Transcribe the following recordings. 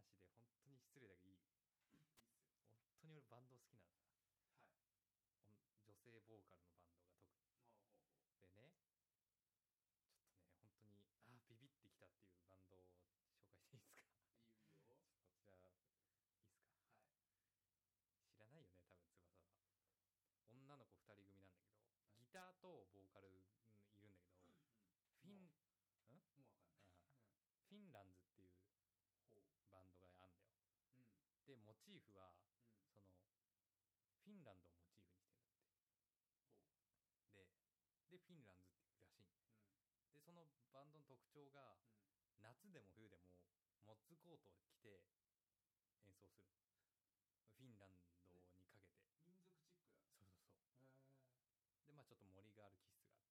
話で本当に失礼だけどいい？ いいっすよ。 本当に俺バンド好きなのさ。 はい。 女性ボーカルのバンドが特に。 ほうほうほでね、ちょっとね本当にビビってきたっていうバンドを紹介していいですか？ う。いいよ。 ちょっとじゃあいいですか？ はい。 知らないよね多分翼は。女の子2人組なんだけど、 はい、 ギターとボーカルいるんだけど、フィンもうわかんない。 フィンランズっていうほバンドがあんだよ。 う。うん。 でモチーフは、 うん。 そのフィンランドをモチーフにしてんだって。 ほでフィンランズっていうらしいんだよ。 う。うん。 でそのバンドの特徴が、 うん。 夏でも冬でもモッツコートを着て演奏する。フィンランドにかけて。 民族チックだ。 そうそうそう。 へでちょっと森がある気質があって。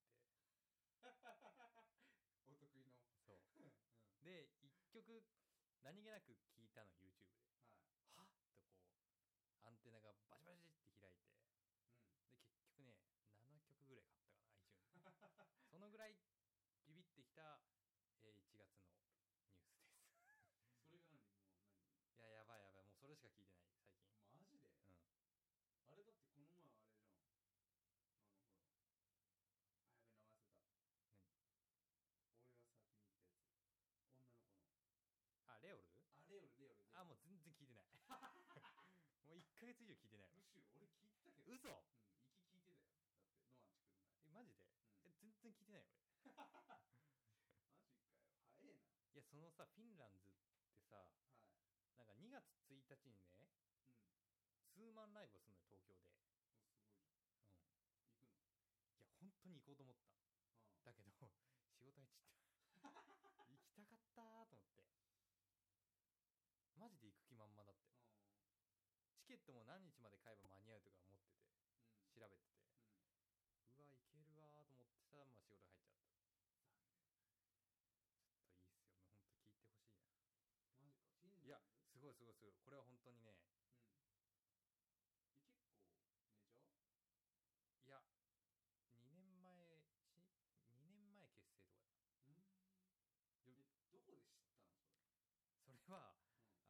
お得意の。 そううん。 で一曲何気なく聞いたの YouTube で、 ははっとこうアンテナがバチバチって開いて、 い。うん。 で結局ね7曲ぐらい買ったかな iTunes そのぐらいビビってきた、1月のニュースですそれが何もう何？ いややばいやばい、もうそれしか聞いてない最近。 マジで？ うん。 あれだってこの前あれじゃん。ほら。あ、やべ、名前忘れた。 何？ 俺が先に言ったやつ。女の子の。 レオル？ レオル。 もう全然聞いてないもう1ヶ月以上聞いてないわ。 むしろ俺聞いてたけど。 嘘？ うん、息聞いてたよ。だってノアンチ来る前。 マジで、 うん、 全然聞いてない俺マジかよ、早えな。 いやそのさフィンランズってさ、 はなんか2月1日にね、 い。うん。 ツーマンライブをするのよ東京で。 お、すごいじうん。いゃん。行くの？ や本当に行こうと思った。 あだけど仕事入っちゃった行きたかったーと思って。マジで行く気満々だって。 あ。 チケットも何日まで買えば間に合うとか思ってて、 うん。 調べてて、 うん。 うわ行けるわーと思ってたら、仕事入っちゃった。 残ちょっといいっすよ、もうほんと聞いてほしいな。 念。マジか、フィンランズ？ いやすごいこれは本当にね。 うん。結構メジャー？ いや2年前2年前結成とかうん。どこで知ったのそれ？ それは、 うん。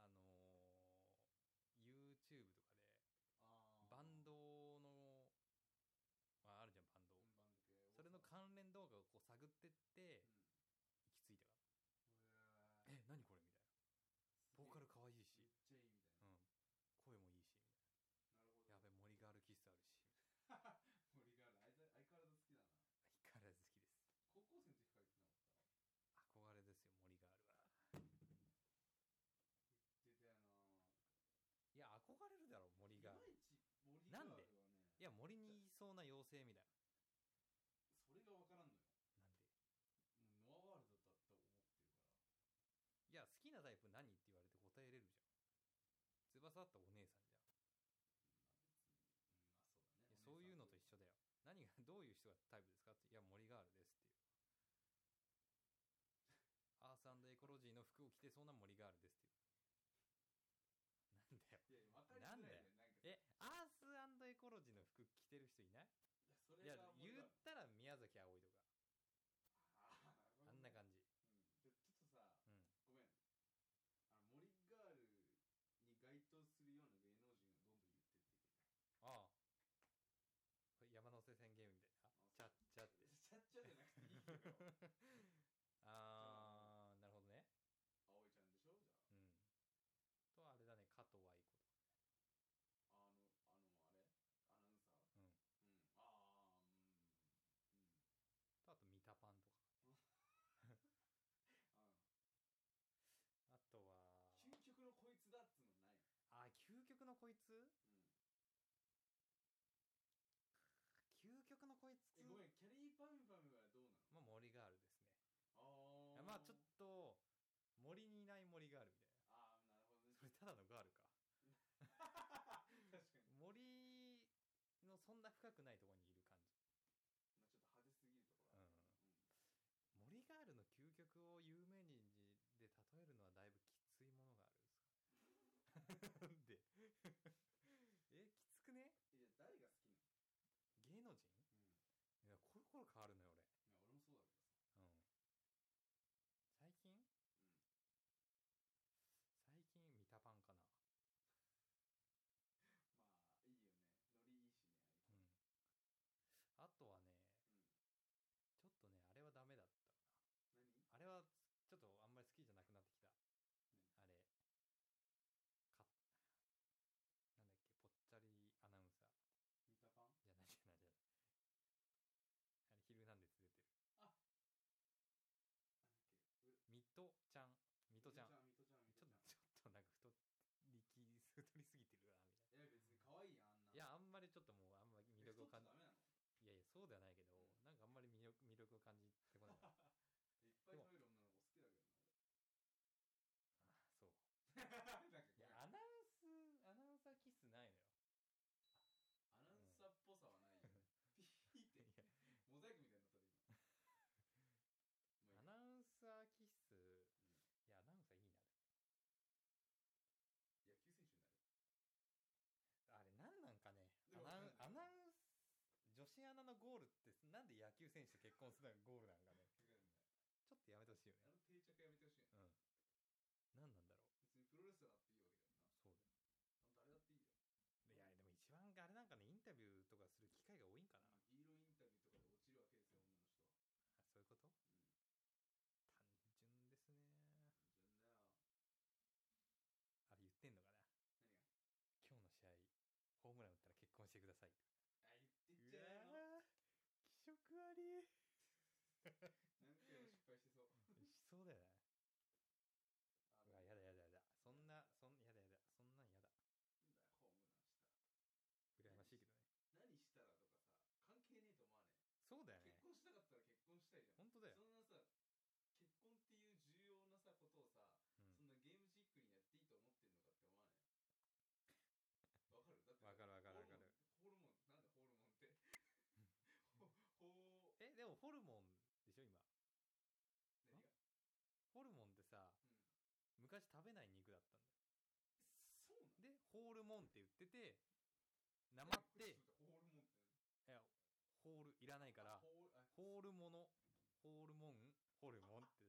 YouTube とかであバンドの、あるじゃんバンド、 うん、バンド系。 それの関連動画をこう探ってってうん。 行き着いたかへな。何これみたいな。 すげえボーカル可愛いめっし、 ちゃいいみたいな。 声もいいしみたいなるほど。 な。やべ森があるキスあるし森がある。相変わらず好きだな。 相変わらず好きです。 高校生の時から言ってなかった？ 憧れですよ森があるは。 言ってたよな。 いや憧れるだろ森がある。 いまいち森ガールはね。 いや森にいそうな妖精みたいそれが分からんのよ。 な。なんで？ もうノアワールドだと思ってるから。 いや好きなタイプ何って言われて答えれるじゃん。翼だったらお姉さんじゃん。 まあ別に、うん、まあそうだね。 いやそういうのと一緒だよ。何がどういう人がタイプですかって、いや森ガールですっていう。アース&エコロジーの服を着てそうな森ガールですっていう。なんだよ。 いや分かりづらいね。 アース&エコロジーの服着てる人いない？ いやそれいやが言ったら宮崎あおいとかなるほど、ね、 あんな感じ。 うん、ちょっとさ、 うん。 ごめん、森ガールに該当するような芸能人をどんどん言ってってくれ。 ああこれ山手線ゲームみたいな。チャッチャってチャッチャじゃなくていいよなるほどね。 葵ちゃんでしょじゃあ。 うん。とあれだね加藤愛子とかあれアナウンサー。 ね。 うん。うん。 とあとミタパンとかあとは究極のこいつだっつうのない？ 究極のこいつ。 うん。 究極のこいつ。 ごめん、キャリーパンパムはどうなの？ 森ガールですね。 ちょっと森にいない森ガールみたいな。 なるほどね。 それただのガールか確かに。 森のそんな深くないところにいる感じ。 まあちょっと派手すぎるところある、 森ガールの究極を有名人で例えるのはだいぶきついものがあるんですかなんできつくね？ いや誰が好きなの？ 芸能人？いやコロコロ変わるのよ俺。 いや俺もそうだけどさ。 最近？最近そうではないけど、 うんなんかあんまり魅力を感じてこないいっぱい食べる女の子好きだけどなあ、そう俺なんかごめんいやアナウンサー気質ないのよ。 アナウンサーっぽさはないよね。ピーっていやモザイクみたいになったで今。まあいいやアナウンサー気質、 うん、 いやアナウンサーいいな。 野球選手になる。 あれ何なんかね、 でもわかんないアナウンス女子アナのゴールってなんで野球選手と結婚するのがゴールなんかね。 わかんない。 ちょっとやめてほしいよね。 あの定着やめてほしいよね。 うん何なんだろう。 別にプロレスラーだっていいわけだよな。 そうだよ。 誰だっていいよ。 いやでも一番あれなんかね、インタビューとかする機会が多いんかな、 ヒーローインタビューとかで落ちるわけですよ女の人は。 あそういうこと。 うん単純ですね。 単純だよ。 あれ言ってんのかな、 何が今日の試合ホームラン打ったら結婚してくださいって。 言ってっうちゃうの。 わ気色悪い何回も失敗してそう。 しそうだよね。 あうわやだやだやだ、そんなんやだやだ、そんなんやだ。 なんだよホームランしたら羨ましいけどね。 何したらとかさ関係ねえと思わねそうだよね。 結婚したかったら結婚したいじゃん。 本当だよ。 そんなさ結婚っていう重要なさことをさ、 うんそんなゲームチックにやっていいと思ってんのかって思わねえ。わかるだってわかるわかるわかる。 ホルモンなんでホルモンってほでもホルモンでしょ今。 何がホルモンってさ、 うん昔食べない肉だったんだよ。 そうなのでホールモンって言ってて、なまってホールモンっていやホールいらないからホールモノホールモンホルモンって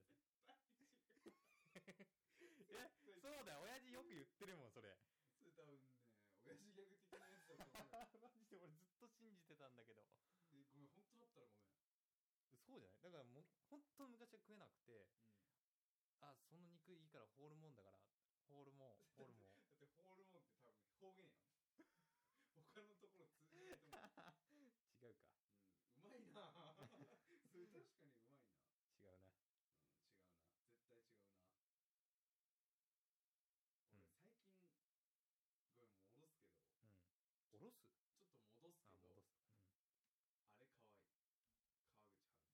そうだよ、親父よく言ってるもんそれ。 それ多分ね親父ギャグ的なやつだと思うよマジで俺ずっと信じてたんだけど。 ごめん本当だったらごめんそうじゃない。だからもう本当に昔は食えなくて、 うんあその肉いいからホールモンだからホールモンホールモンだってホールモンって多分方言やん他のところ通じないと思う違うか。 うまいなそれ確かにうまいな違うな。 違うな絶対違うな俺うん最近ごめん戻すけどうんおろす。 ちょっと戻すけど戻す、うん、 あれかわいい川口春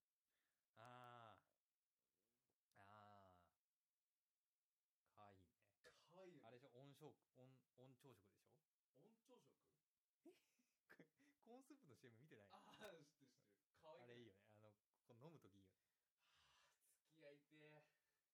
あーかわいいね。 かわいいよねあれでしょ、温朝食でしょ。 温朝食コーンスープの CM 見てない。 ああ知ってる知ってるかわいいあれいいよね。こう飲むときいいよね。 はあ付き合いて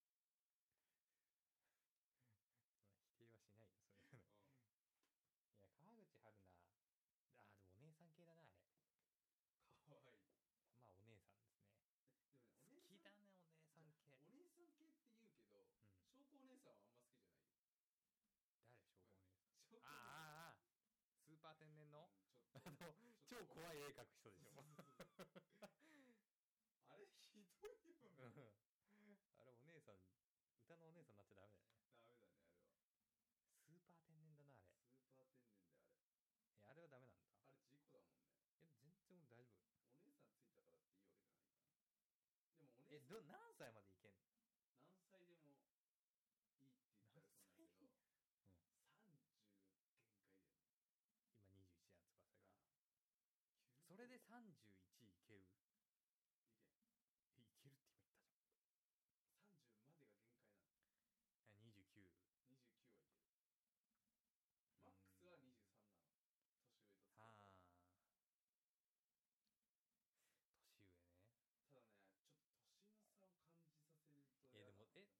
まあ否定はしないよそういうの。いや川口春奈、でもお姉さん系だなあれ。 かわいいまあお姉さんですね。 でもね好きだねお姉さん系。 お姉さん系って言うけどうん証拠お姉さんはあんま好きじゃないよ誰翔子お姉さん。 証拠スーパー天然の、 ちょっと超怖い絵描く人でしょ。 そうそうそうあれひどいよねうんあれお姉さん、歌のお姉さんになっちゃダメだよね。 ダメだねあれはスーパー天然だなあれ。 スーパー天然であれあれはダメなんだ。 あれ事故だもんね全然俺大丈夫。 お姉さんついたからっていいわけじゃないかなでもお姉さん何歳までいけんの。 何歳でもいいって言ったらそうなんだけど、 うん、 30が限界だよね今21じゃん翼が。 急それで31いける。 いけんいけるって今言ったじ 30までが限界なのゃん。29。 29はいけるマックスは23なの年上と付き合ったらはあ年上ね。 ただねちょっと年の差を感じさせるとでも年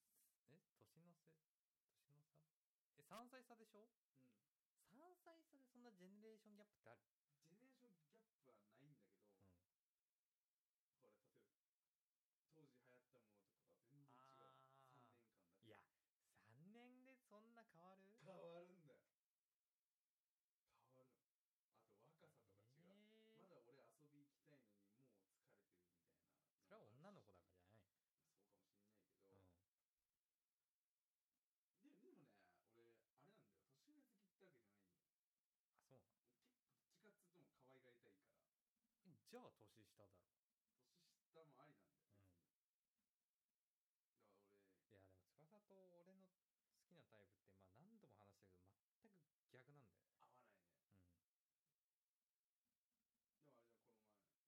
の差3歳差でしょ。 うん 3歳差でそんなジェネレーションギャップってある。 ジェネレーションギャップはないんだけど、 うんほら例えば当時流行ったものとかが全然違う3年間だけいや3年でそんな変わる。 変わるんだよ変わるのあと若さとか違う、まだ俺遊び行きたいのにもう疲れてるみたいなそれは女の子だからじゃない。 そうかもしんないけど、 うんでもね俺あれなんだよ年上好きってわけじゃないんだよそうなの。 結構どっちかっつうとも可愛がりたいからじゃあ年下だろ。 年下もありなんだよ別に、だから俺いやでも翼と俺の好きなタイプってまあ何度も話したけど全く逆なんだよね。 合わないねうんでもあれじゃんこの前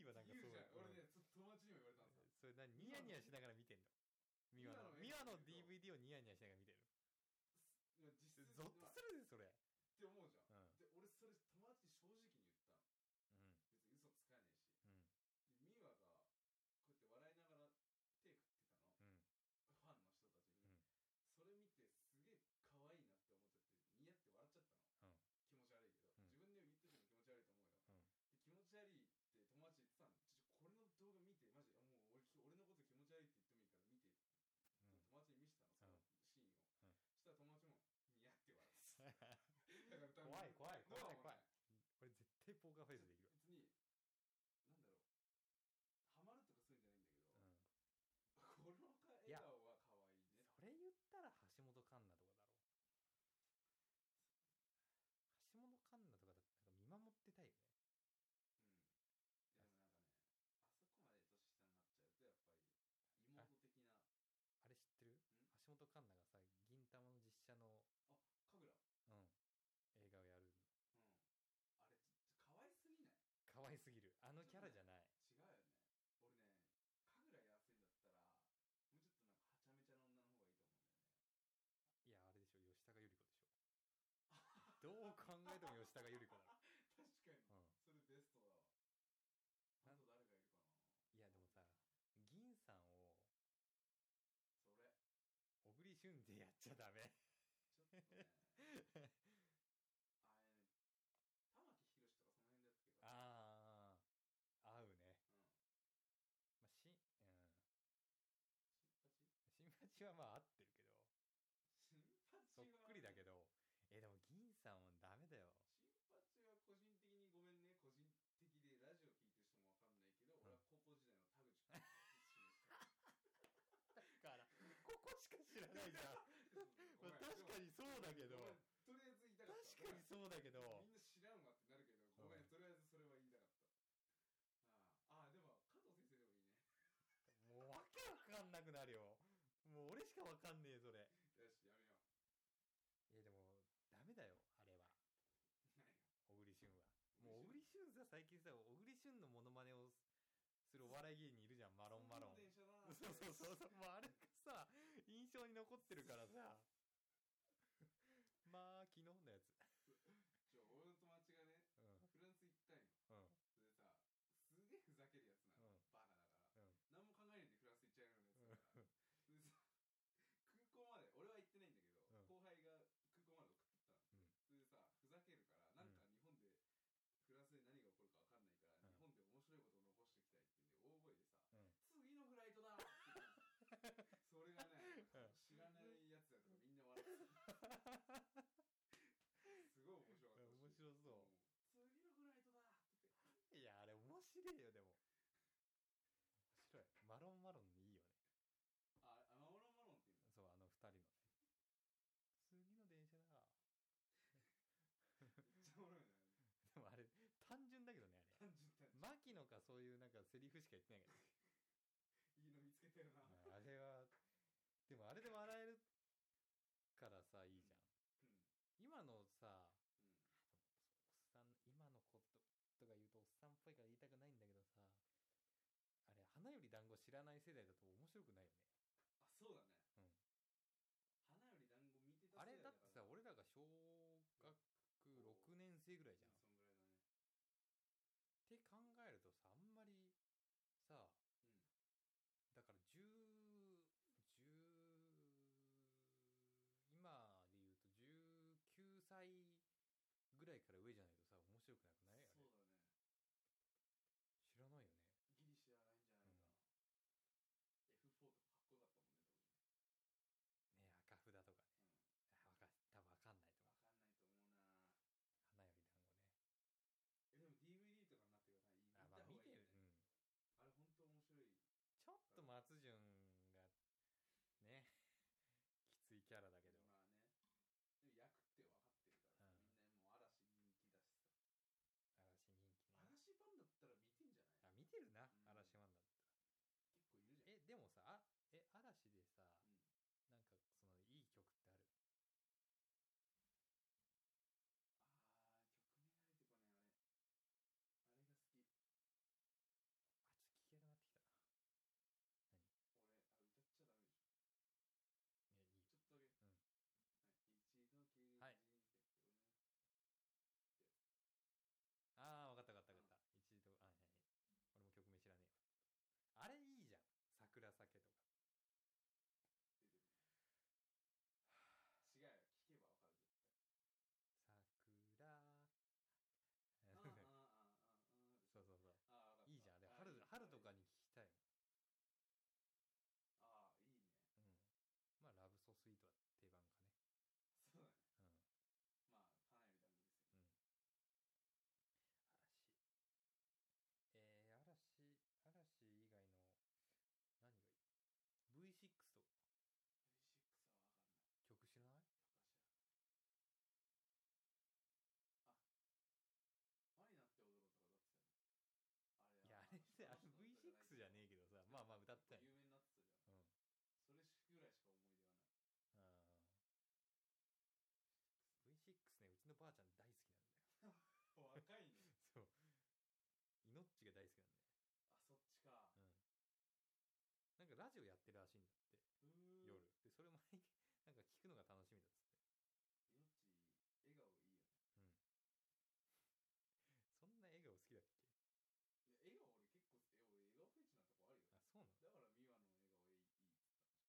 はなんか言うじゃん。 そう、 俺ね、友達にも言われたんさ。 それ何ニヤニヤしながら見てんの？ミワのミワの DVD をニヤニヤしながら見てるいや実質ゾッとするでそれ。 って思うじゃん。 うんで、俺それ友達に正直に言ったの。 うん別に嘘つかねえし。 うんで、ミワがこうやって笑いながら手振ってたの。 うんファンの人たちに。 うんそれ見てすげえ可愛いなって思っちゃって、ニヤって笑っちゃったの。 うん気持ち悪いけど、 うん自分で言ってても気持ち悪いと思うよ。 うんで気持ち悪いって友達言ってたの。これの動画見て、マジもう俺のこと気持ち悪いって言ってもいいから見てって、 うん友達に見せたの、そのシーンを。 うんしたら友達もニヤって笑ってた。だから怖い怖い怖い怖い。 ね、 俺絶対ポーカーフェイスできる。 別になんだろう、ハマるとかそういうんじゃないんだけど、この笑顔は可愛いね。 それ言ったら橋本環奈とかだろう。橋本環奈とかだってなんか見守ってたいよね。 うん。いやでもなんかね、あそこまで年下になっちゃうとやっぱり妹的な。 あれ知ってる？橋本環奈がさ、銀魂の実写の神楽映画をやるの。あれ可愛すぎない？ 可愛すぎる。あのキャラじゃない。 違うよね。俺ね、神楽やらせんだったらもうちょっとなんかはちゃめちゃな女の方がいいと思うんだよね。 いやあれでしょ、吉高由里子でしょ。どう考えても吉高由里子だろ。 確かに、それベストだわ。あと誰がいるかな。 いやでもさ、銀さんをそれ小栗旬でやっちゃダメ。 ちょっとねあれね、玉木宏とかその辺でやっつけば合うね。まあ新八はまあ合ってるけど、 新八はそっくりだけど、でも銀さんはダメだよ。 新八は個人的にごめんね、個人的でラジオ聞いてる人もわかんないけど、俺は高校時代の田口君をだからここしか知らないじゃん。まあ確かにそうだけど、 とりあえず言いたかった。 確かにそうだけど、 みんな知らんわってなるけど、ごめん、とりあえずそれは言いたかった。でも加藤先生でもいいね。 もうわけわかんなくなるよ。もう俺しかわかんねえそれ。 よし、やめよう。でもダメだよあれは。 何が？ 小栗旬は。もう小栗旬さ、最近さ、小栗旬のモノマネをするお笑い芸人いるじゃん、マロンマロン。そうもうあれがさ印象に残ってるからさ。まあ昨日のやつ。 俺の友達がね、フランス行ったんよ。それでさ、すげえふざけるやつなの、バカだから、何も考えないでフランス行っちゃうようなやつだから。それでさ、空港まで、俺は行ってないんだけど、後輩が空港まで送ってったの。それでさ、ふざけるから、なんか日本でフランスで何が起こるか分かんないから、日本で面白いことを残していきたいって言うんで、大声でさ、次のフライトだって言ってそれがね、知らないやつだとかみんな笑ってた。すごい面白かった。 面白そう。 次のフライトだとか。 いやあれ面白いよ。でも面白い。マロンマロンいいよね。 マロンマロンっていうの？ そう、あの二人のね、次の電車だ。 めっちゃおもろいね。 でもあれ単純だけどね、あれ単純牧野かそういうなんかセリフしか言ってないけどいいの見つけてるな。 あれはでもあれで笑えるからさ、いいじゃん。今のさ、でもおっさん、今のこととか言うとおっさんっぽいから言いたくないんだけどさ、あれ花より団子知らない世代だと面白くないよね。 そうだね。花より団子見てた世代だから。あれだってさ、俺らが小学6年生ぐらいじゃん。 そんぐらいだね。 って考えるとさ、あんまりさ、だから今で言うと19歳ぐらいから上じゃないとさ面白くなくない？あれ。 そうだね。 知らないよね。 ギリ知らないんじゃないかな。F4 とかかっこよかったもんね、当時ね。 ね、赤札とかね。多分分かんないと思う。 分かんないと思うな。 花より団子ね。 でも DVD とかになってから見た方がいいよね。見てる。あれ本当面白い。 ちょっと松潤がねきついキャラだけど。 まあね。でも役って分かってるからさ、みんなもう嵐人気だしさ。 嵐人気ね。 嵐ファンだったら見てんじゃない？ 見てるな、嵐ファンだったら。 結構いるじゃん。 でもさ、嵐でさ、なんかそのいい曲ってある？ 曲名が出てこない。あれが好き。 若いね。 そう。イノッチが大好きなんだよ。 あ、そっちか。 うん。なんかラジオやってるらしいんだって。夜。で、それ毎回、なんか聞くのが楽しみだっつって。 イノッチ、笑顔いいよね。 うん。そんな笑顔好きだっけ？ いや、笑顔俺結構、俺笑顔フェチなとこあるよ。 あ、そうなの？ だからミワの笑顔いいっつったんじ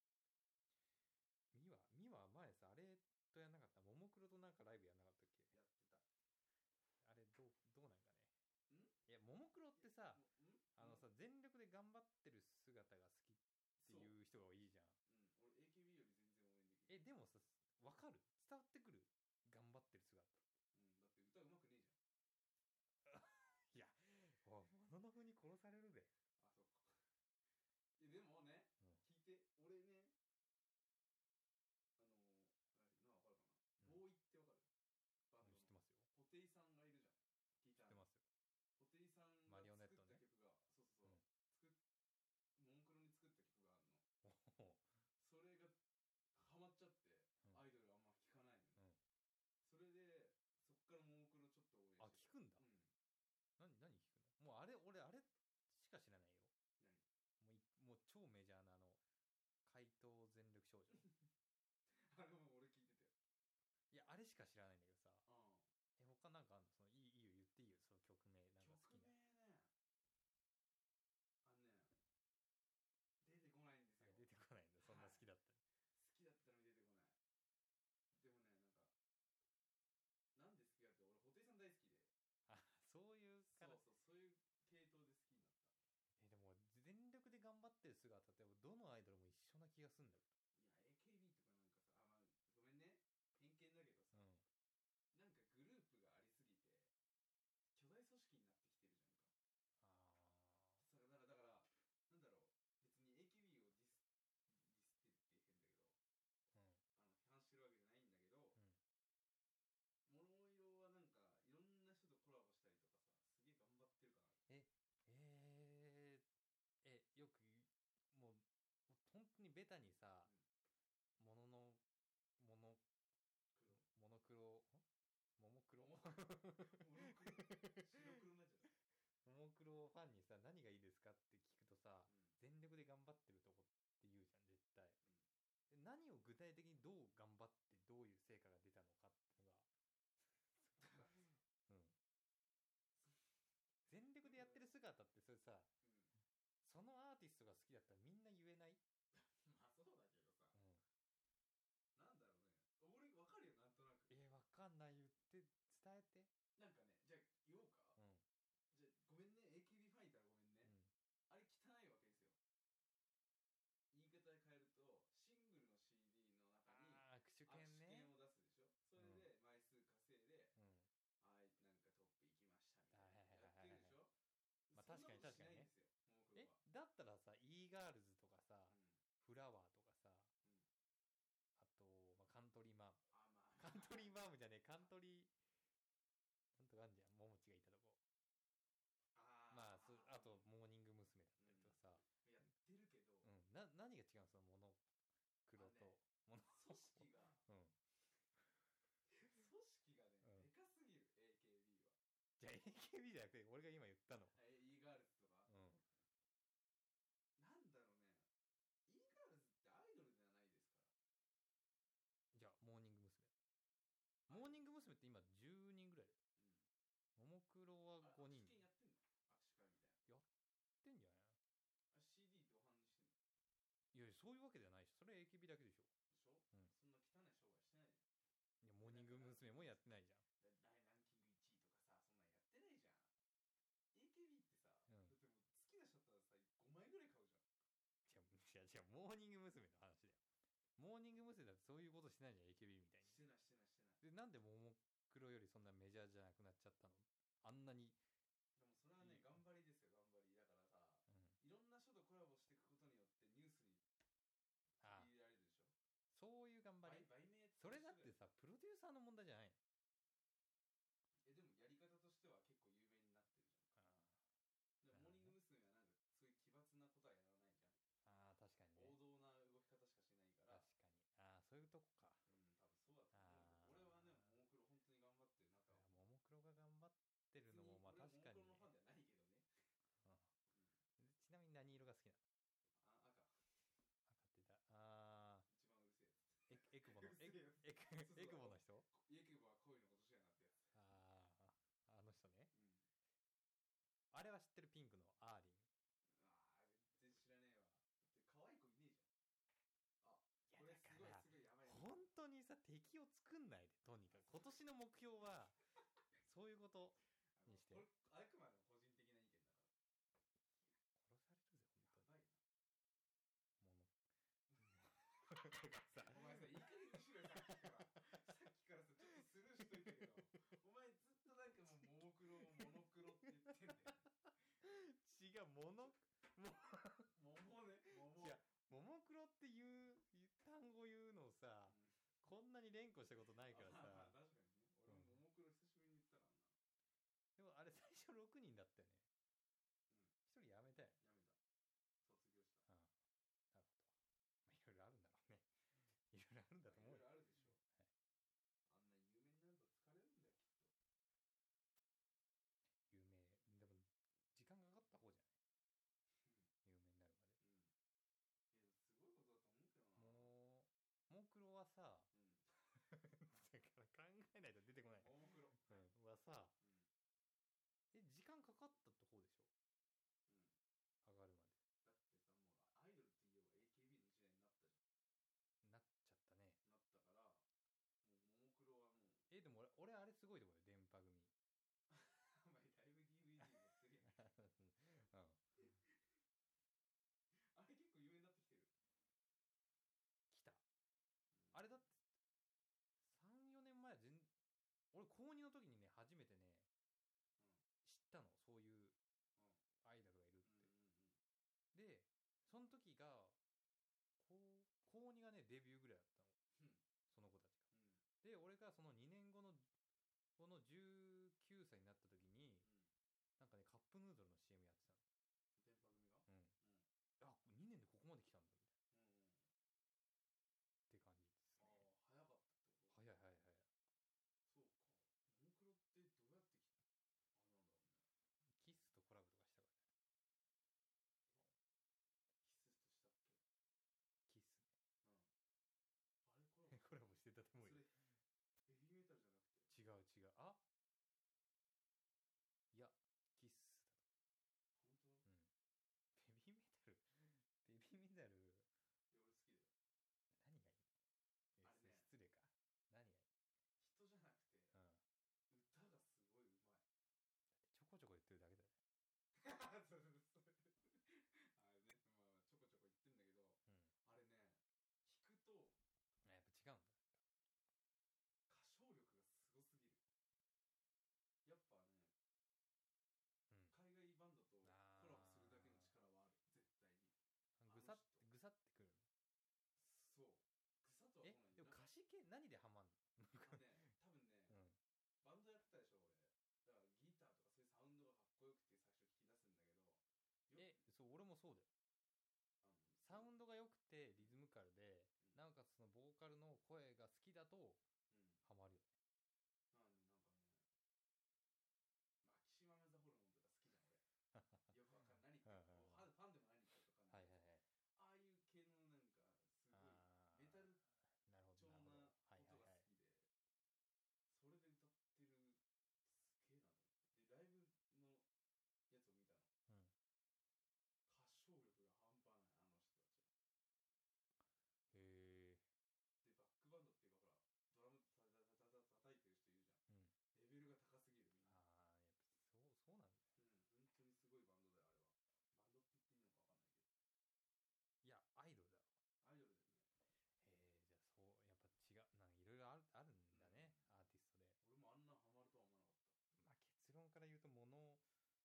ミワ前さ、あれとやんなかった？ももクロとなんかライブやんなかったっけ？ ゃん。やってた。 あれどうなんかね。 んいや、ももクロってさ、 もん全力で頑張ってる姿が好きっていう人がいいじゃん。 うん。俺 AKB より全然応援できる。 でもさ、わかる？伝わってくる？頑張ってる姿。 うん。だって歌うまくねえじいや、もののふに殺されるで。 ゃん。あ、そっか。でもね、 うん。 聞いて、俺ね、あのわかるかな、 うんボーイってわかる？バンドの。 知ってますよ。 布袋さんがいるじゃん。ギターの。 知ってますよ。 布袋さんマがリオネットね。 作った曲が、そうそうそう、ももクロに作った曲があるの。 おお。 それがハマっちゃって、 うんアイドルあんま聴かないのに。 うん。 それで、そっからももクロちょっと応援してあ、聞くんだ。 うん。 何聞くの？もうあれ、俺あれしか知らないよ。 何？ もう超メジャーな怪盗全力少女。 あれも俺聞いてたよ。 いや、あれしか知らないんだけどさ。 うん。 他なんかあんの？いいよ、言っていいよ、その曲名。なんか好きな。 曲名ね、出てこないんですよ。 出てこないんだ。そんな好きだったね。 好きだったのに出てこない。でもね、なんで好きかって、俺、布袋さん大好きで。 あ、そういうから。 そういう系統で好きになった。 でも、全力で頑張ってる姿って、どのアイドルも一緒な気がするんだけいや、AKB とかなんかさ、ごめんね。偏見だけどさ、 ど。うん。 なんかグループがありすぎて、巨大組織になってきてるじゃんか。 あだから、なんだろう、別に AKB をディスってるって変だけど、 ー。うん。 批判してるわけじゃないんだけど、 うん。 モノ色はなんか、いろんな人とコラボしたりとかさ、すげえ頑張ってるかな。 よくもう本当にベタにさ、もののモノモノクロももクロモノクロ白黒になっちゃった。 ももクロファンにさ、何がいいですかって聞くとさ、全力で頑張ってるとこって言うじゃん絶対。何を具体的にどう頑張ってどういう成果が出たのかってのがうん、全力でやってる姿ってそれさ、そのアーティストが好きだったらみんな言えない？ まあそうだけどさ、なんだろうね、俺分かるよ、なんとなく。 分かんない。言って伝えて。 なんかね、じゃあ言おうか。じゃあごめんね、 AKB ファンいたらごめんね、あれ汚いわけですよ。言い方変えると、シングルの CD の中に握手券を出すでしょ。それで枚数稼いで、はい、なんかトップ行きましたみたいなやってるでしょ。 まあ確かに確かにね。だったらさ、 e ガールズとかさ、フラワーとかさ、あと、カントリーマーム。カントリーマームじゃねえ、カントリーなんとかあんじゃん、ももちがいたとこ。あとモーニング娘。だったりとかさ、 やってるけど、 何が違うの？そのモノクロと組織が組織がね、でかすぎる AKB は。 じゃあ AKB じゃなくて俺が今言ったの e ガールズとか、なんだろうね、 e ガールズってアイドルではないですから。 じゃあモーニング娘。モーニング娘。って今10人ぐらいだよ。ももクロは5人。 握手券やってんの？握手会みたいな。 やってんじゃないの？ CD 同伴にしてんの？ いや、そういうわけじゃないし、それは AKB だけでしょ。 でしょ、そんな汚い商売してないじゃん。 いや、モーニング娘。もやってないじゃん。 ランキング1位とかさ、そんなんやってないじゃん。 AKB ってさ、だってもう好きな人だったらさ、5枚ぐらい買うじゃん。 違う、モーニング娘。の話だよ。モーニング娘。だってそういうことしてないじゃん、AKB みたいに。 してない。 で、なんでももクロよりそんなメジャーじゃなくなっちゃったの？あんなに。 でもそれはね、頑張りですよ、頑張り。だからさ、いろんな人とコラボしていくことによってニュースに取り入れられるでしょ。 そういう頑張り。 売名。 それだってさ、プロデューサーの問題じゃないの？ でもやり方としては結構有名になってるじゃんか。モーニング娘。はなんかそういう奇抜なことはやらないじゃん。 確かにね。 王道な動き方しかしないから。 確かに。そういうとこか。 多分そうだと思う。俺はね、ももクロ本当に頑張ってるなと。 ももクロが頑張っそうエクボの人。 エクボは恋の落とし穴ってやつ。 ああ、あの人ね。 うん。 あれは知ってる、ピンクのアーリン。 ああ、全然知らねえわ。だって可愛い子いねえじゃん。あ、 いやこれすごいだからすごいやばいやつ。 本当にさ、敵を作んないで、とにかく今年の目標はそういうことにして。 これあくまでも個人的な意見だから。 殺されるぜ本当に。 やばいな。 ものだからさ、 お前さ、いい加減にしろよ、さっきから。さっきからさ、ちょっとスルーしといたけど、お前ずっとなんかもう、モノクロって言ってんだよ。 違う、桃ね。 桃。 違う、ももクロっていう単語言うのをさ、こんなに連呼したことないからさ。 確かにね。俺もももクロ久しぶりに言ったからな。 でもあれ最初6人だったよね。 うん。 1人辞めたよ。 やめた。卒業した。 ああ、なるほど。まあ、いろいろあるんだろうね。いろいろあるんだと思うよ。 いろいろあるでしょ。 はい。 あんな有名になると疲れるんだよ、きっと。 有名。でも、時間かかった方じゃない？有名になるまで。 うん。すごいことだと思うけどな。 ももクロはさ、 うん。 だから考えないと出てこない。 ももクロ。 うん。はさ、 うん。 時間かかったって方でしょ？ うん。 上がるまで。 だってさ、もうアイドルって言えば AKB の時代になったじゃん。 なっちゃったね。 なったから、もうももクロはもう。 でも俺あれすごいと思うよ。電波組。 お前だいぶ DVD 持ってるやん。 うん。 あれ結構有名になってきてる。 来た。あれだって、3、4年前は俺高2の時にね、初めてね、 うん。 知ったの。そういううん。 アイドルがいるって。 うんうんうん。 で、その時が、高2がね、デビューぐらいだったの。 うん。 その子たちが。 うん。 で、俺がその2年後の、この19歳になった時に、 うん。 なんかね、カップヌードルの CM やってたの。 電波組が。 うん。 うん。 あ、2年でここまで来たんだ、みたいな。 うん。 って感じですね。 ああ、早かったってこと？ 早い早い早い。 そうか。ももクロってどうやってあれなんだろうね。 キスとコラボとかしたからじゃない？ キスとしたっけ？ キスね。 うん。あれコラボコラボしてたと思うよ。 それ、ベビーメタルじゃなくて。 違う違う。いや、キスだと本当？ 思う。うん。ベビーメタルベビーメタル、 いや、俺好きだよ。 何がいいの？ あれね、 失礼か。何がいい？ 人じゃなくて、 うん。だ歌がすごいうまい。 ってちょこちょこ言ってるだけだよ。 そうそうそう。あれね、まあ、ちょこちょこ言ってんだけど、 うん。 あれね、弾くとやっぱ違うんだ。 歌唱力がすごすぎる。やっぱね、 うん。 海外バンドとコラボするだけの力はある。絶対に。 ぐさってくるの？ そう。ぐさとは来ないんだ。 でも歌詞系何でハマんの？ 多分ね、 うん。 バンドやってたでしょ、俺。だからギターとかそういうサウンドがかっこよくて最初聞き出すんだけど。 そう、俺もそうだよ。サウンド。 ドが良くてリズムカルで、 うんなおかつそのボーカルの声が好きだとうん。 ハマるよね。 なんかね、マキシマムザホルモンとか好きじゃん、俺。よくわかんない。何言ってるか。ファンでも何言ってるかわかんないけど。ああいう系のなんか、すごいメタル調なことが好きで、それで歌ってる、すげえなと思って。で、ライブのやつを見たの。 うん。 歌唱力が半端ない、あの人たちは。 へえ。 で、バックバンドっていうか、ほら、ドラム叩いてる人いるじゃん。 うん。 レベルが高すぎる、みんな。 やっぱそうなんだよ。 うん、本当にすごいバンドだよ、あれは。バンドって言っていいのかわかんないけど。 いや、アイドルだろ。 アイドルだよね。 じゃあやっぱ違う、いろいろあるんだね、アーティストで。 俺もあんなハマるとは思わなかった。 まあ結論から言うともの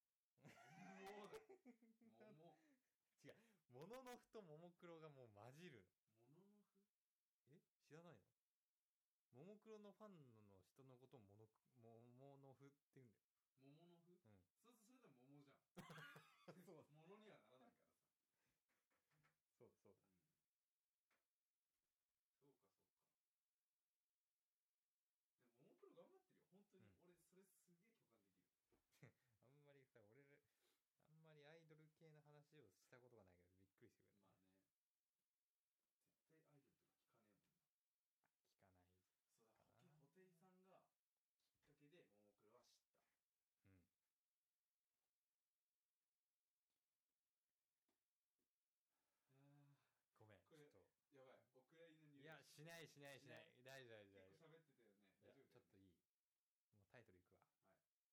違う、もののふとももクロがもう混じるの。もののふ？ 知らないの？ももクロのファンの人のことをもものふって言うんだよ。 桃のふ？ うん。 それでも桃じゃん。 そう。 ものにはならないからさ。 そうだ。 そうか。でも、ももクロ頑張ってるよ。本当に。俺、それすげえ共感できる。 あんまりさ、あんまりアイドル系の話をしたことがないからびっくりしてくる、ね。 まあね。絶対アイドルとか聞かねえもんな。 聞かない。 そう、 しないしないしない。大丈夫大丈夫。 結構喋ってたよね。大丈夫だよね。 ちょっといい。もうタイトルいくわ。 はい。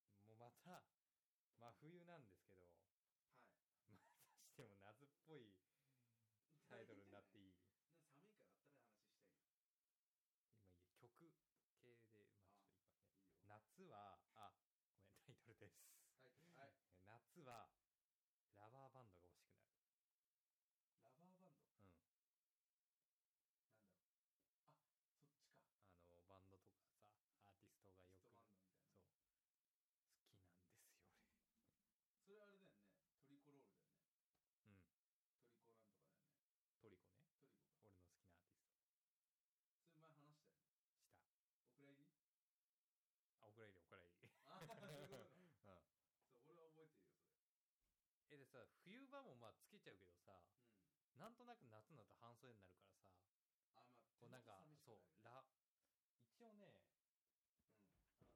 もうまた、真冬なんですけど、 はい。 またしても夏っぽいタイトルになっていい？ 寒いからあったかい話したいよ。 今いい曲系で、まあちょっといくわね。 いいよ。 夏は、ごめん、タイトルです。 タイトル、はい。 夏は、ラバーバンドが欲しくなる。 ラバーバンド？ うん。 なんだろう。あ、そっちか。 バンドとかさ、アーティストがよく。 リストバンドみたいな。 そう。好きなんですよ、俺。 それあれだよね。トリコロールだよね。 うん。 トリコなんとかだよね。 トリコね。 トリコか。 俺の好きなアーティスト。 それ前話したよね。 した。 お蔵入り？ お蔵入りお蔵入り。 ああ、そういうことか。 うん。 そう、俺は覚えてるよ、それ。 でさ、冬場もまあつけちゃうけどさ、 うん。 なんとなく夏になると半袖になるからさ、 あ、まあ、 こうなんか、そう、 ラ、 一応ね、 うん。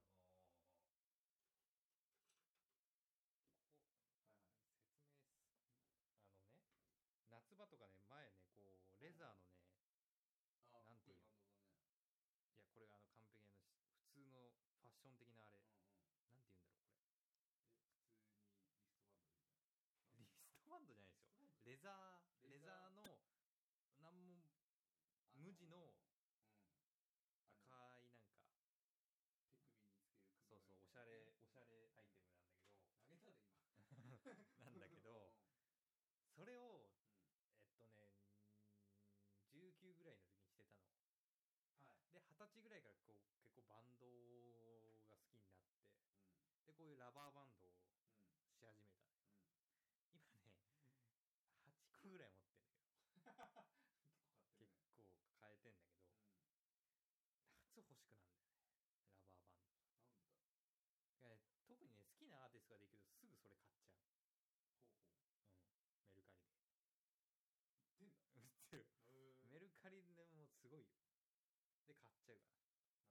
こう、 はいはい。 説明す、ね、夏場とかね、前ね、こう、レザーのね、なんていうの、いや、これ完璧普通のファッション的なあれ、なんて言うんだろう、これ。 普通にリストバンドみたいな。 リストバンドじゃないですよ。レザーの、なんも、無地の、赤いなんか、 手首につけるそうそう、おしゃれアイテムなんだけど、 投げたで今。 なんだけど、それを、19ぐらいの時にしてたの。 はい。 で、20歳ぐらいからこう結構バンドが好きになって、で、こういうラバーバンドをし始めたのよ。今ね、8個ぐらい持ってんだけど。 結構買ってるね。 結構変えてんだけど、夏欲しくなんだよね。ラバーバンドが。 なんでだろう。特にね、好きなアーティストができるとすぐそれ買っちゃう。 ほうほう。メルカリで。 売ってんだ。 売ってる。メルカリでもうすごいよ。で、買っちゃうから。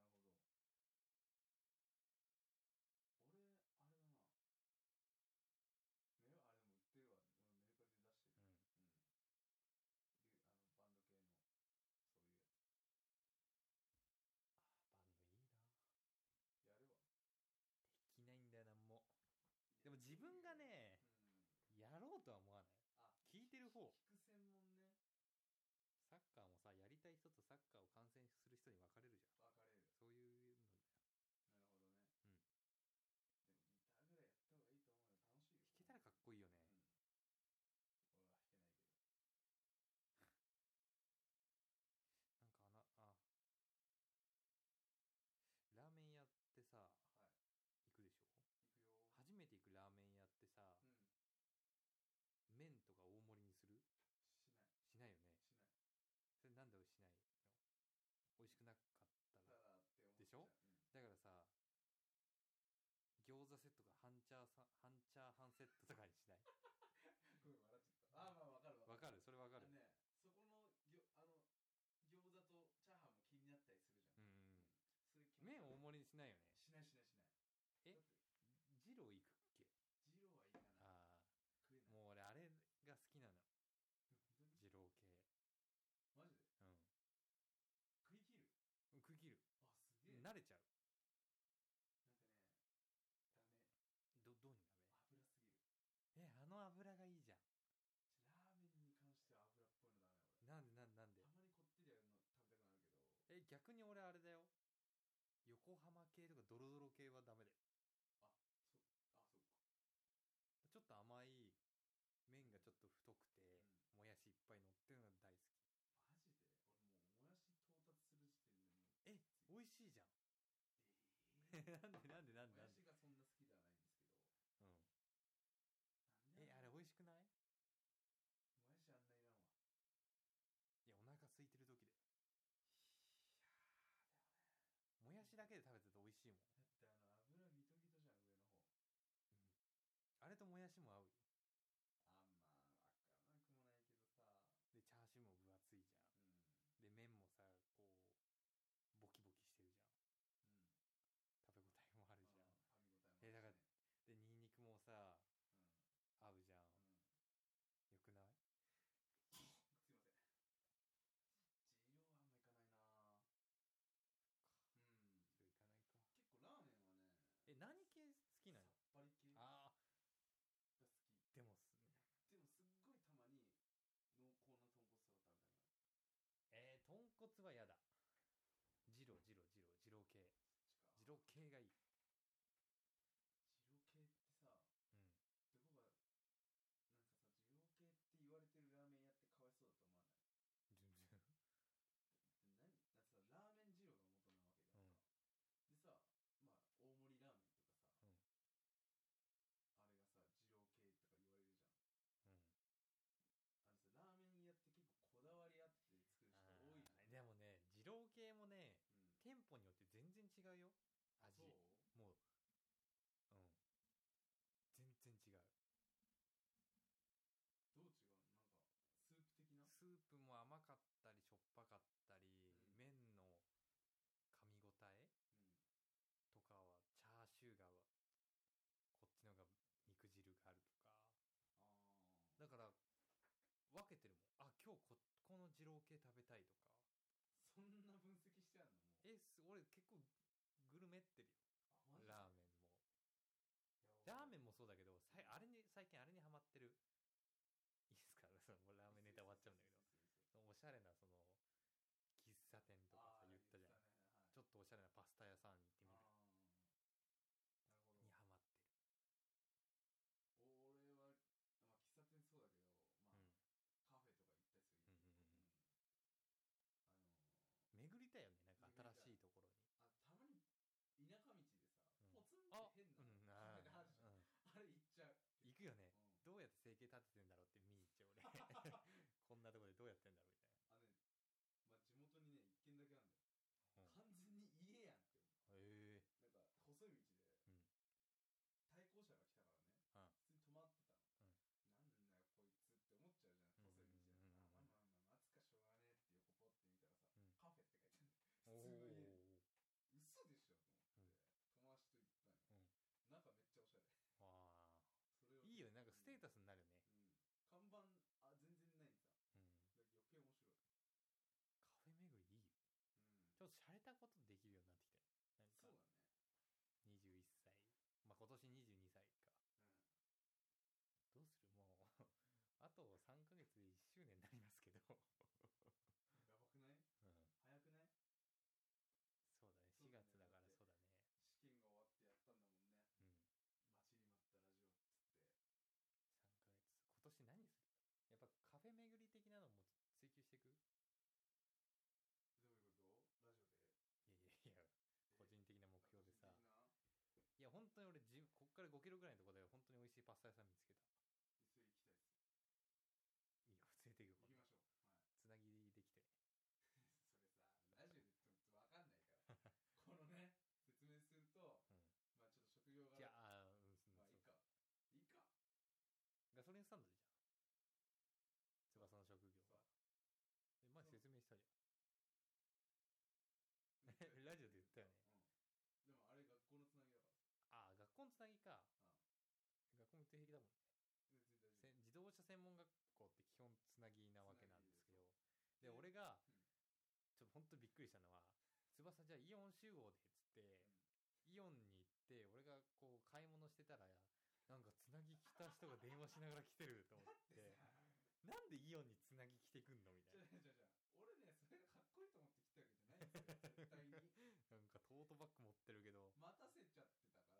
なるほど。俺、あれだな。あれでも売ってるわ。俺メルカリで出してる。バンド系の、そういうやつ。 バンドいいな。 やるわ。 できないんだよ、なんも。でも自分がね、やろうとは思わない。聞いてる方。 聞く専門ね。 サッカーもさ、やりたい人とサッカーを観戦する人に分かれるじゃん。 分かれる。 そういうのだよ。 なるほどね。でもギターぐらいやった方がいいと思うよ。楽しいよ。 弾けたらかっこいいよね。 俺は弾けないけど。 なんかラーメン屋ってさ、行くでしょ？ 行くよ。初めて行くラーメン屋ってさ、麺とか大盛りにする？ しない。 しないよね。 しない。 それなんでしないの？美味しくなかったらって思っちゃう。 でしょ？だからさ、餃子セットが半チャーハンセットとかにしない？ ごめん、笑っちゃった。まあ分かるわ。 分かる、それ分かる。 そこの餃子とチャーハンも気になったりするじゃん。 麺大盛りにしないよね。 しないしないしない。 二郎行くっけ？ 二郎は行かない。食えない。 もう俺あれが好きなの。二郎系。 マジで？食い切る？ 食い切る。 すげえ。 慣れちゃう。 なんかね、ダメ。 どうにダメ？ 油すぎる。 油がいいじゃん。 ラーメンに関しては油っぽいのダメ俺。 なんで？ たまにこってりやるの食べたくなるけど。 逆に俺あれだよ。横浜系とかドロドロ系はダメだよ。 そっか。 ちょっと甘い麺がちょっと太くて、もやしいっぱい乗ってるのが大好き。 マジで？俺もうもやし到達する時点でもう美味しいじゃん。なんでもやしがそんな好きではないんですけど。なんで？ あれ美味しくない？ もやしあんないらんわ。 いや、お腹空いてる時だよ。もやしだけで食べてて美味しいもん。 だって油ギトギトじゃん、上の方。 あれともやしも合うよ。 まあわからなくもないけどさ。 でチャーシューも分厚いじゃん。で麺もさ、こうボキボキしてるじゃん。食べ応えもあるじゃん。 噛み応えもあるしね。 だからでニンニクもさ、合うじゃん。よくない？ すいません。二郎はあんまいかないな。 骨はやだ。二郎系。二郎系がいい。 二郎系ってさ、 うん。 どこがなんかさ、二郎系って言われてるラーメン屋ってかわいそうだと思わない？ 全然。 だってさ、ラーメン二郎が元なわけじゃんか、でさ、まあ大盛りラーメンとかさ、あれがさ二郎系とか言われるじゃん。あれさ、ラーメン屋って結構こだわりあって作る人多いじゃん。 でもね、二郎系もね、店舗によって全然違うよ、味。もう全然違う。 どう違うの？なんかスープ的な？ スープも甘かったりしょっぱかったり、麺の噛み応え、とかはチャーシューがこっちのが肉汁があるとか。だから分けてるもん。あ、今日この二郎系食べたいとか。 そんな分析してあるの？もう俺結構グルメってるよ。ラーメンも。そうだけど、最近あれにハマってる。いいっすか？もうラーメンネタ終わっちゃうんだけど、おしゃれなその喫茶店とかさ言ったじゃん、ちょっとおしゃれなパスタ屋さんに行ってみる。 なるほど。 にハマってる。 俺は、まあ、喫茶店そうだけど、まあ、カフェとか行ったりするけど、 巡りたいよね、なんか新しいところに。 たまに田舎道でさ、ポツンって変なカフェであるじゃん。あれ行っちゃう。 行くよね。どうやって生計立ててんだろうって見に行っちゃう俺。こんなとこでどうやってんだろうみたいな。 まあ地元にね、一軒だけあるんだよ。完全に家やんって思う。なんか細い道で対向車が来たからね、普通に止まってたの。なんだよこいつって思っちゃうじゃん、細い道だから。まあ待つかしょうがねえって横ポって見たらさ、カフェって書いてあるんだよ。普通の家。嘘でしょと思って、友達と行ったのよ。中めっちゃおしゃれ。 いいよね、なんかステータスになるよね。 看板全然ないさ、余計面白い。 カフェ巡りいいよ。ちょっと洒落たことできるようになってきたよ。なんかそうだね。 21歳、まあ今年22歳か。どうする？もうあと3ヶ月で1周年になりますけど。 やばくない？早くない？ そうだね、4月だから。そうだね。 試験が終わってやったんだもんね。待ちに待ったラジオっつって。 3ヶ月。今年何する？やっぱカフェ巡り的なのも追求していく？ どういうこと？ラジオで？ いや個人的な目標でさ。いや本当に俺こっから5キロぐらいのところで本当に美味しいパスタ屋さん見つけた。 それ行きたいっす。 いいよ、連れて行く。 行きましょう。 つなぎできてね。 それさ、ラジオで言っても分かんないからこのね、説明すると、まあちょっと職業がまあいいかガソリンスタンドでじゃん、翼の職業は。前説明したじゃん。ラジオで言ったよね。 でもあれ学校のつなぎだからさ。 学校のつなぎか。学校も平気だもんね。自動車専門学校って基本つなぎなわけなんですけど、で俺がちょっと本当にびっくりしたのは、翼じゃあイオン集合でっつって、イオンに行って俺がこう買い物してたら、なんかつなぎ来た人が電話しながら来てると思ってなんでイオンにつなぎ来てくんのみたいな。 俺ね、それがかっこいいと思って来たわけじゃないんですよ絶対に。 なんかトートバッグ持ってるけど待たせちゃってたから、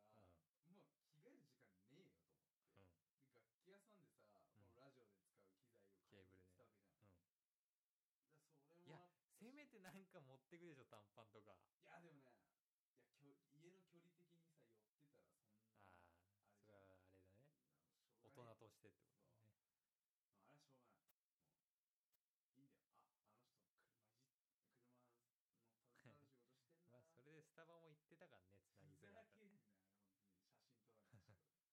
もう着替える時間ねえよと思って、で楽器屋さんでさ、このラジオで使う機材を買いに行ってたわけじゃん。それも、 いやせめてなんか持ってくでしょ、短パンとか。 いやでもね、家の距離的にさ寄ってたらそんなそれはあれだね、大人としてってことだね。 あれはしょうがない。もういいんだよ。あの人車の携わる仕事してんな。 まあそれでスタバも行ってたからね、つなぎづらけんなよ本当に。写真撮られたし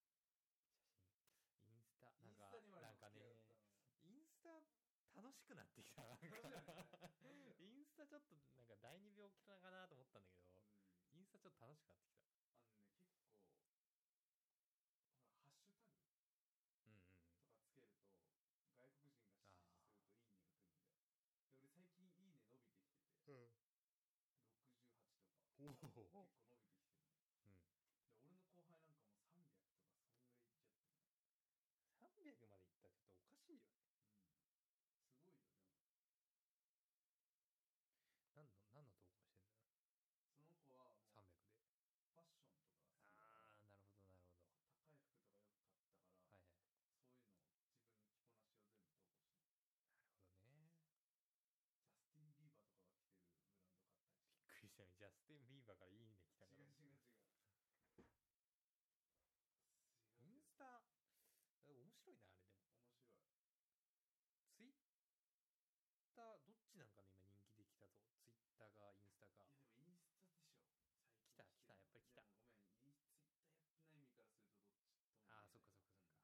インスタなんかね、インスタ楽しくなってきた。インスタちょっとなんか第二病気かなと思ったんだけど、インスタちょっと楽しくなってきた。 結構ハッシュタグとかつけると外国人が支持するといいねが来るんだよ。で俺最近いいね伸びてきてて、68とか結構伸びてきてるのよ。で俺の後輩なんかもう300とかそんぐらいいっちゃってるの。 300までいったらちょっとおかしいよね。 すごいよ。でもテンビーバーからいいね来たから。 違う。 インスタ、面白いな、あれでも。 面白い。 ツイッター、どっちなんかね、今人気できたぞ。ツイッターが、インスタが。 いやでもインスタでしょ。最近来た、やっぱり来た。 でもごめん、ツイッターやってない意味からするとどっちとも言えない。 ああ、そっか。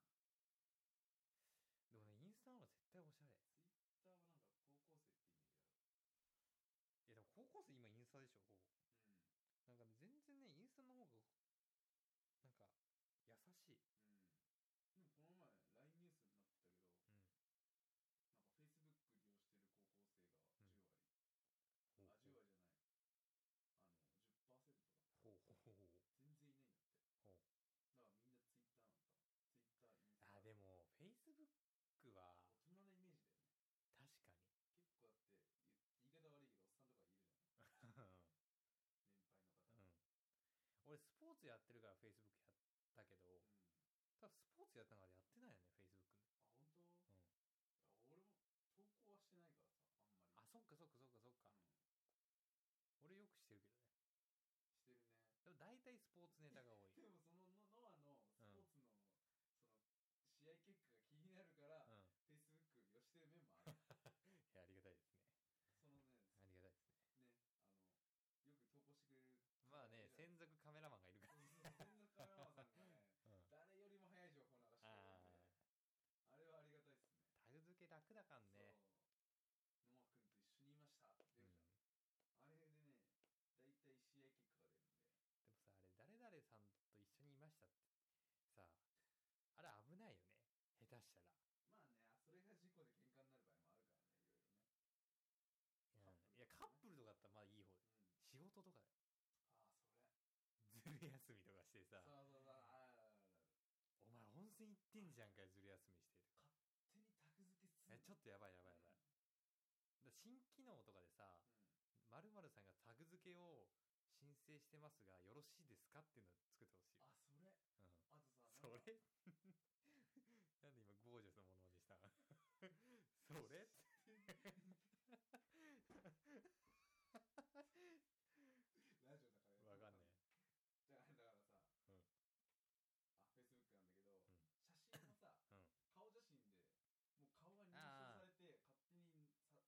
でもね、インスタの方が絶対おしゃれ。 ツイッターはなんか高校生ってイメージある。 いやでも高校生今インスタでしょ、ほぼ。 うん。 なんかね、全然ね、インスタの方が、なんか、優しい。 うん。でもこの前、LINE ニュースになってたけど、 うん。 なんか Facebook 利用してる高校生が10割。 ほうほう 10割じゃない。10% だった。 ほうほう。 全然いないんだって。 ほだからみんな Twitter なんだ、多分。Twitter、インスタ。 あ、でも、Facebook は、 大人なイメージだよね。 確かに。 結構だって、言い方悪いけど、おっさんとかいるじゃない年配の方。 うん。俺、スポーツやってるから Facebook やったけど、ただスポーツやったからやってないよね、Facebook ね。 あ、本当？ うん。 いや俺も投稿はしてないからさ、あんまり。 あ、そっか。俺よくしてるけどね。 してるね。 でも大体スポーツネタが多い。 でもそのノアのスポーツの、その試合結果が気になるから、Facebook 利用してる面もある。 いや、ありがたいですね。 そのね、 ありがたいですね。 ね、よく投稿してくれる。 まあね、専属カメラマンがいるから。 専属カメラマンさんがね、誰よりも早い情報を流してくれるんで、あれはありがたいですね。 タグ付け楽だかんね。 そう。ノア君と一緒にいましたって出るじゃん。あれでね、だいたい試合結果が出るんで。 でもさ、あれ誰々さんと一緒にいましたってさ、あれ危ないよね、下手したら。 まあね、それが事故で喧嘩になる場合もあるからね、いろいろね。 いや、カップルとかだったらまあいい方で、仕事とかで。 ああ、それ。 ずる休みとかしてさ、 そうお前温泉行ってんじゃんかよ、ずる休みしてる。 勝手にタグ付けする。 ちょっとやばい。新機能とかでさ、〇〇さんがタグ付けを申請してますがよろしいですかっていうのを作ってほしい。 あ、それ。あとさ、 それなんで今ゴージャスなものにしたのそれラジオだからわかんねえ。だからさ、Facebook なんだけど、写真もさ、顔写真でもう顔が認証されて勝手にさ、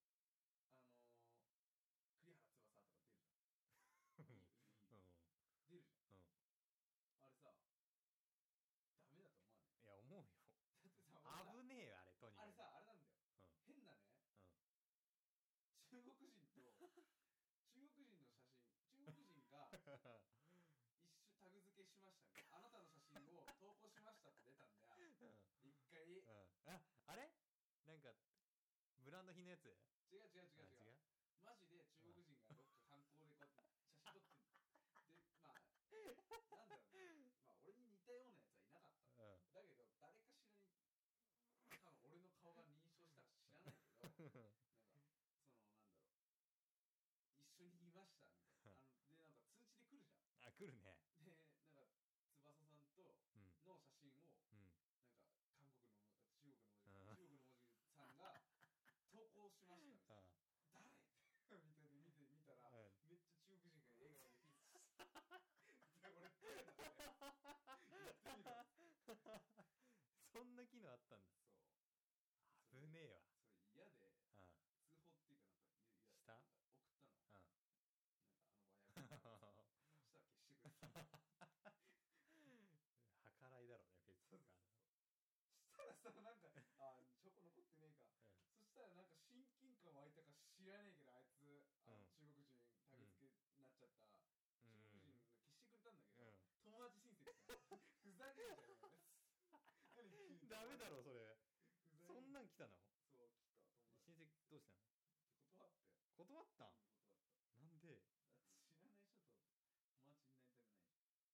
栗原翼とか出るじゃん。出るじゃん。あれさ、ダメだと思わねえ。いや、思うよ。 だってさ、 危ねえよ、あれ、とにかく。 あれさ、あれなんだよ。変なね、中国人の写真、中国人がタグ付けしましたね。あなたの写真を投稿しましたって出たんだよ。一回。 あれなんか、ブランド品のやつ？ 違う。マジで中国人がどっか観光でこうやって写真撮ってで、まあなんだろうね、まあ俺に似たようなやつはいなかった、だけど誰かしらに多分俺の顔が認証したか知らないけどなんかそのなんだろう、一緒にいましたみたいなでなんか通知で来るじゃん。 来るね。 でなんか翼さんとの写真を、なんか中国の文字さんが投稿しましたみたいな。誰みたいで見たら、めっちゃ中国人が笑顔でピースして俺誰だって言ってみろ。 そんな機能あったんだ。 そう危ねえわ。 それ嫌で通報っていうかなんかした送ったの。なんか和訳したら消してくれた。 計らいだろうね、フェイスブック。 したらさ、なんかチョコ残ってねえか、そしたらなんか親近感湧いたか知らねえけど、あいつ中国人タグ付けになっちゃった中国人が消してくれたんだけど、友達申請来た。ふざけんじゃねえよ。 ダメだろそれ。そんなん来たの？ そう来た。 親戚どうしたの？ 断って。 断った？ 断った。 なんで？ だって知らない人と友達になりたくない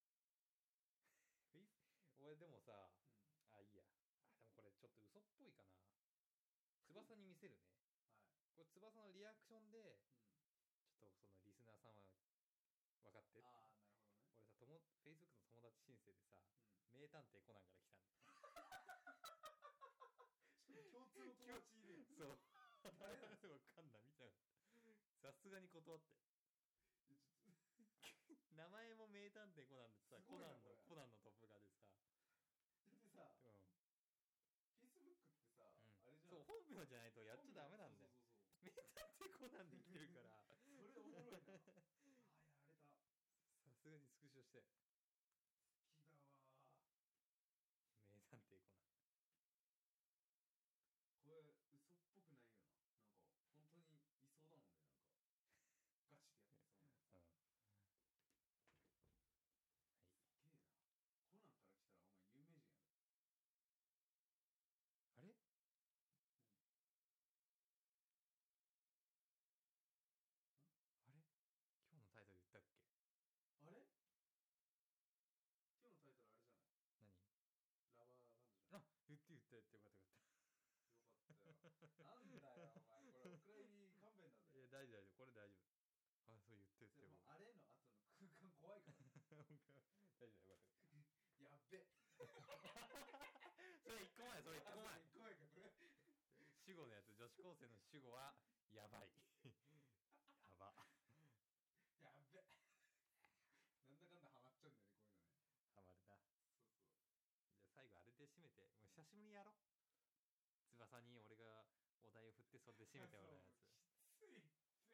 じゃん。俺でもさ、いいや。でもこれちょっと嘘っぽいかな。翼に見せるね。これ翼のリアクションで、ちょっとそのリスナーさんは分かってって。 なるほどね。 俺さ、Facebook の友達申請でさ、名探偵コナンから来たんだ。 しかも共通の友達いるよ。 そう。誰だ？分かんない、見てなかった。さすがに断って。 ないとやっちゃダメなんだよ。名探偵コナンで生きてるから。 それおもろいな。あ、やられた。 さすがにスクショして。 好きだわ。 名探偵コナン。 これ嘘っぽくないよな。なんか本当にいそうだもんね。なんかガチでやってそうなやつ。はい。すげえな。コナンから来たらお前有名人やろ。 あれ？あれ？今日のタイトル言ったっけ？ あれ？今日のタイトルあれじゃない？ 何？ ラバーバンドじゃない？ あ、言ってよかったよかった。 よかったよ。なんだよお前、これお蔵入り勘弁だぜ。 いや大丈夫これ大丈夫。あ、そう言ってもうあれの後の空間怖いから。 大丈夫よかった。 やっべ。 それ1個前、それ1個前。 1個前かこれ。 主語のやつ、女子高生の主語はやばい。やば。 やっべ。なんだかんだハマっちゃうんだよね、こういうのね。 ハマるな。 そうそう。 じゃあ最後あれで締めて、もう久しぶりにやろう。翼に俺がお題を振ってそれで締めてもらうやつ。 きついって。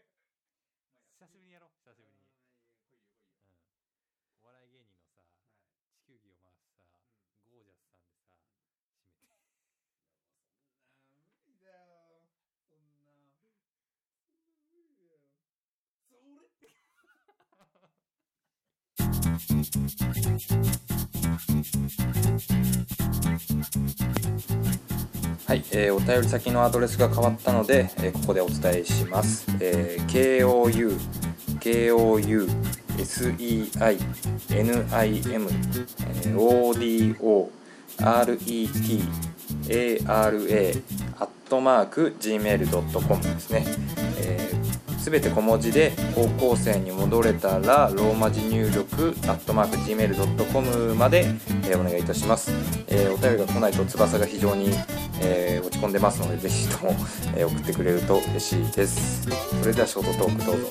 久しぶりにやろう、久しぶりに。 来いよ来いよ。 うん。お笑い芸人のさ、 はい、 地球儀を回すさ、ゴージャスさんでさ、締めて。いやもうそんな無理だよ。そんな無理だよ。それはい、お便り先のアドレスが変わったので、ここでお伝えします。KOUSEINIMODRETARA@gmail.com ですね。すべて小文字で高校生に戻れたらローマ字入力@gmail.com まで、お願いいたします。お便りが来ないと翼が非常に、落ち込んでますのでぜひとも、送ってくれると嬉しいです。それではショートトークどうぞ。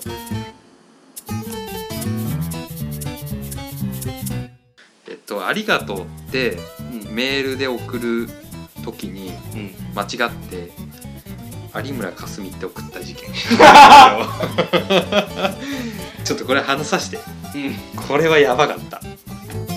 ありがとうって、メールで送るときに、間違って有村架純って送った事件ちょっとこれ話させて、これはやばかった。